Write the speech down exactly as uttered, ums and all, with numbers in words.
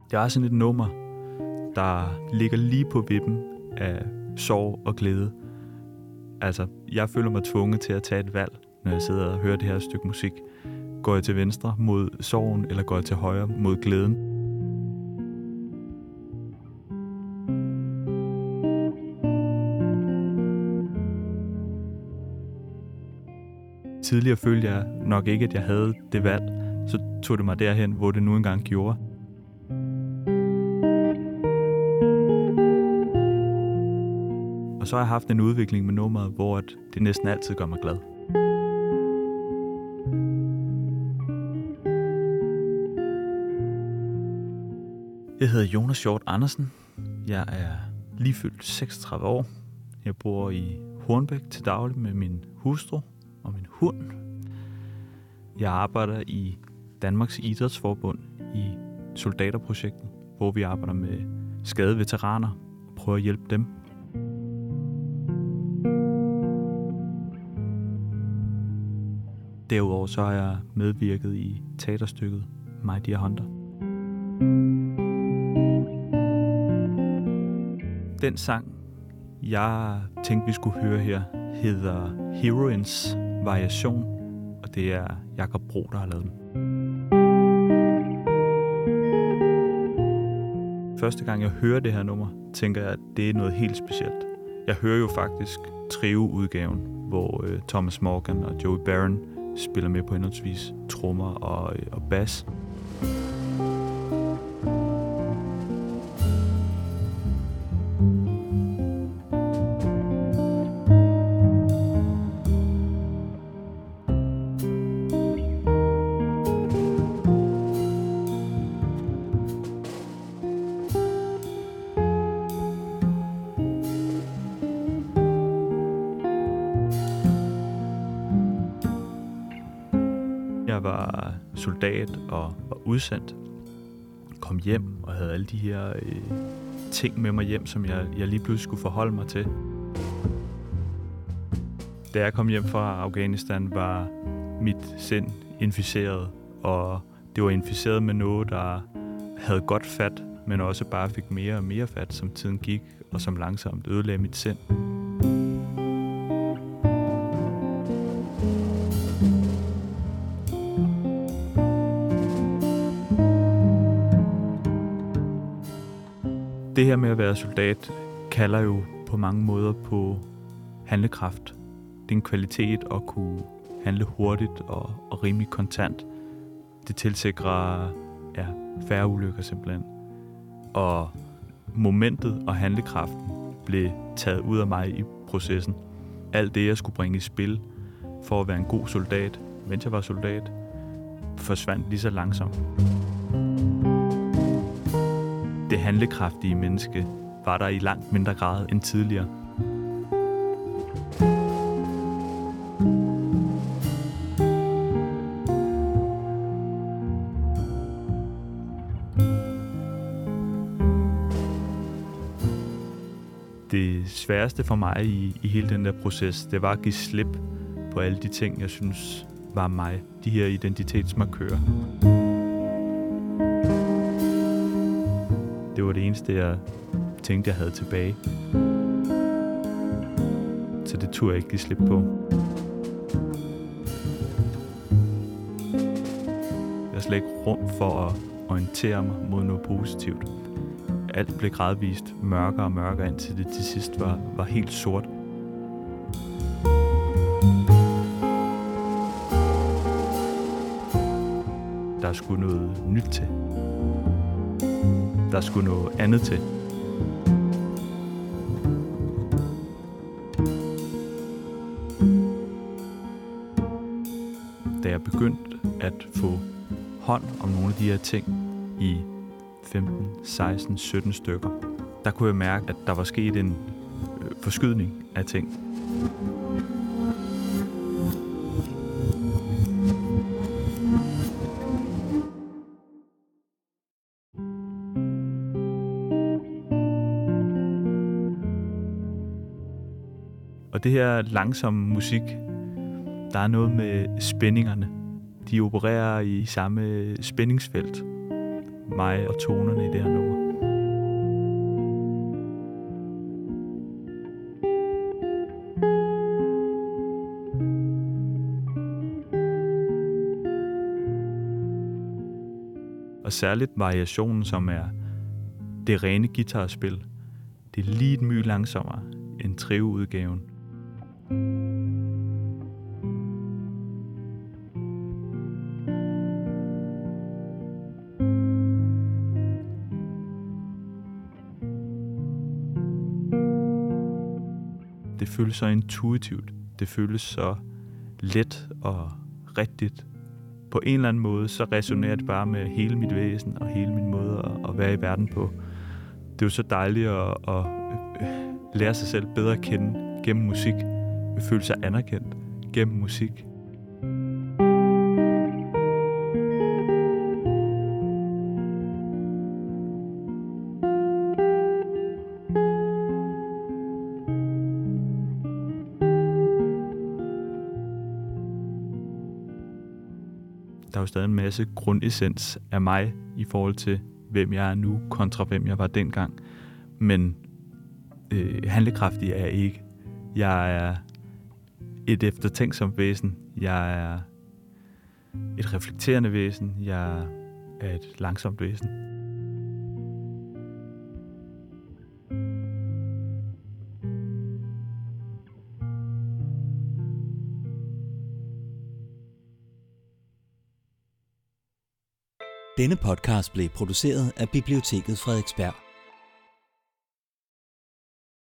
Det er sådan et nummer, der ligger lige på vippen af sorg og glæde. Altså, jeg føler mig tvunget til at tage et valg, når jeg sidder og hører det her stykke musik. Går jeg til venstre mod sorgen, eller går jeg til højre mod glæden? Tidligere følte jeg nok ikke, at jeg havde det valg. Så tog det mig derhen, hvor det nu engang gjorde. Og så har jeg haft en udvikling med nummeret, hvor det næsten altid gør mig glad. Jeg hedder Jonas Hjort Andersen. Jeg er lige fyldt seksogtredive år. Jeg bor i Hornbæk til daglig med min hustru og min hund. Jeg arbejder i Danmarks Idrætsforbund i Soldaterprojektet, hvor vi arbejder med skadede veteraner og prøver at hjælpe dem. Derudover så har jeg medvirket i teaterstykket My Dear Hunter. Den sang, jeg tænkte, vi skulle høre her, hedder Heroines Variation, og det er Jakob Bro, der har lavet den. Første gang jeg hører det her nummer, tænker jeg, at det er noget helt specielt. Jeg hører jo faktisk trio-udgaven, hvor uh, Thomas Morgan og Joey Barron spiller med på henholdsvis trommer og, uh, og bas. Jeg var soldat og var udsendt, kom hjem og havde alle de her øh, ting med mig hjem, som jeg, jeg lige pludselig skulle forholde mig til. Da jeg kom hjem fra Afghanistan, var mit sind inficeret, og det var inficeret med noget, der havde godt fat, men også bare fik mere og mere fat, som tiden gik, og som langsomt ødelagde mit sind. Det her med at være soldat kalder jo på mange måder på handlekraft. Det er en kvalitet at kunne handle hurtigt og, og rimelig kontant. Det tilsikrer ja, færre ulykker simpelthen. Og momentet og handlekraften blev taget ud af mig i processen. Alt det, jeg skulle bringe i spil for at være en god soldat, mens jeg var soldat, forsvandt lige så langsomt. Det handlekraftige menneske var der i langt mindre grad end tidligere. Det sværeste for mig i, i hele den der proces, det var at give slip på alle de ting, jeg synes var mig. De her identitetsmarkører. Det var det eneste, jeg tænkte, jeg havde tilbage. Så det turde jeg ikke give slip på. Jeg har slet ikke rum for at orientere mig mod noget positivt. Alt blev gradvist mørkere og mørkere, indtil det til sidst var, var helt sort. Der skulle noget nyt til. Der skulle noget andet til. Da jeg begyndte at få hånd om nogle af de her ting i femten, seksten, sytten stykker, der kunne jeg mærke, at der var sket en øh, forskydning af ting. Og det her langsomme musik, der er noget med spændingerne. De opererer i samme spændingsfelt. mig og tonerne i det her nummer. Og særligt variationen, som er det rene guitarspil. Det er lige et my langsommere end trio-udgaven. Det føles så intuitivt. Det føles så let og rigtigt. På en eller anden måde, så resonerer det bare med hele mit væsen og hele min måde at, at være i verden på. Det er jo så dejligt at, at lære sig selv bedre at kende gennem musik. At føle sig anerkendt gennem musik. Der er jo stadig en masse grundessens af mig i forhold til, hvem jeg er nu, kontra hvem jeg var dengang. Men øh, handlekraftig er jeg ikke. Jeg er et eftertænksomt væsen. Jeg er et reflekterende væsen. Jeg er et langsomt væsen. Denne podcast blev produceret af Biblioteket Frederiksberg.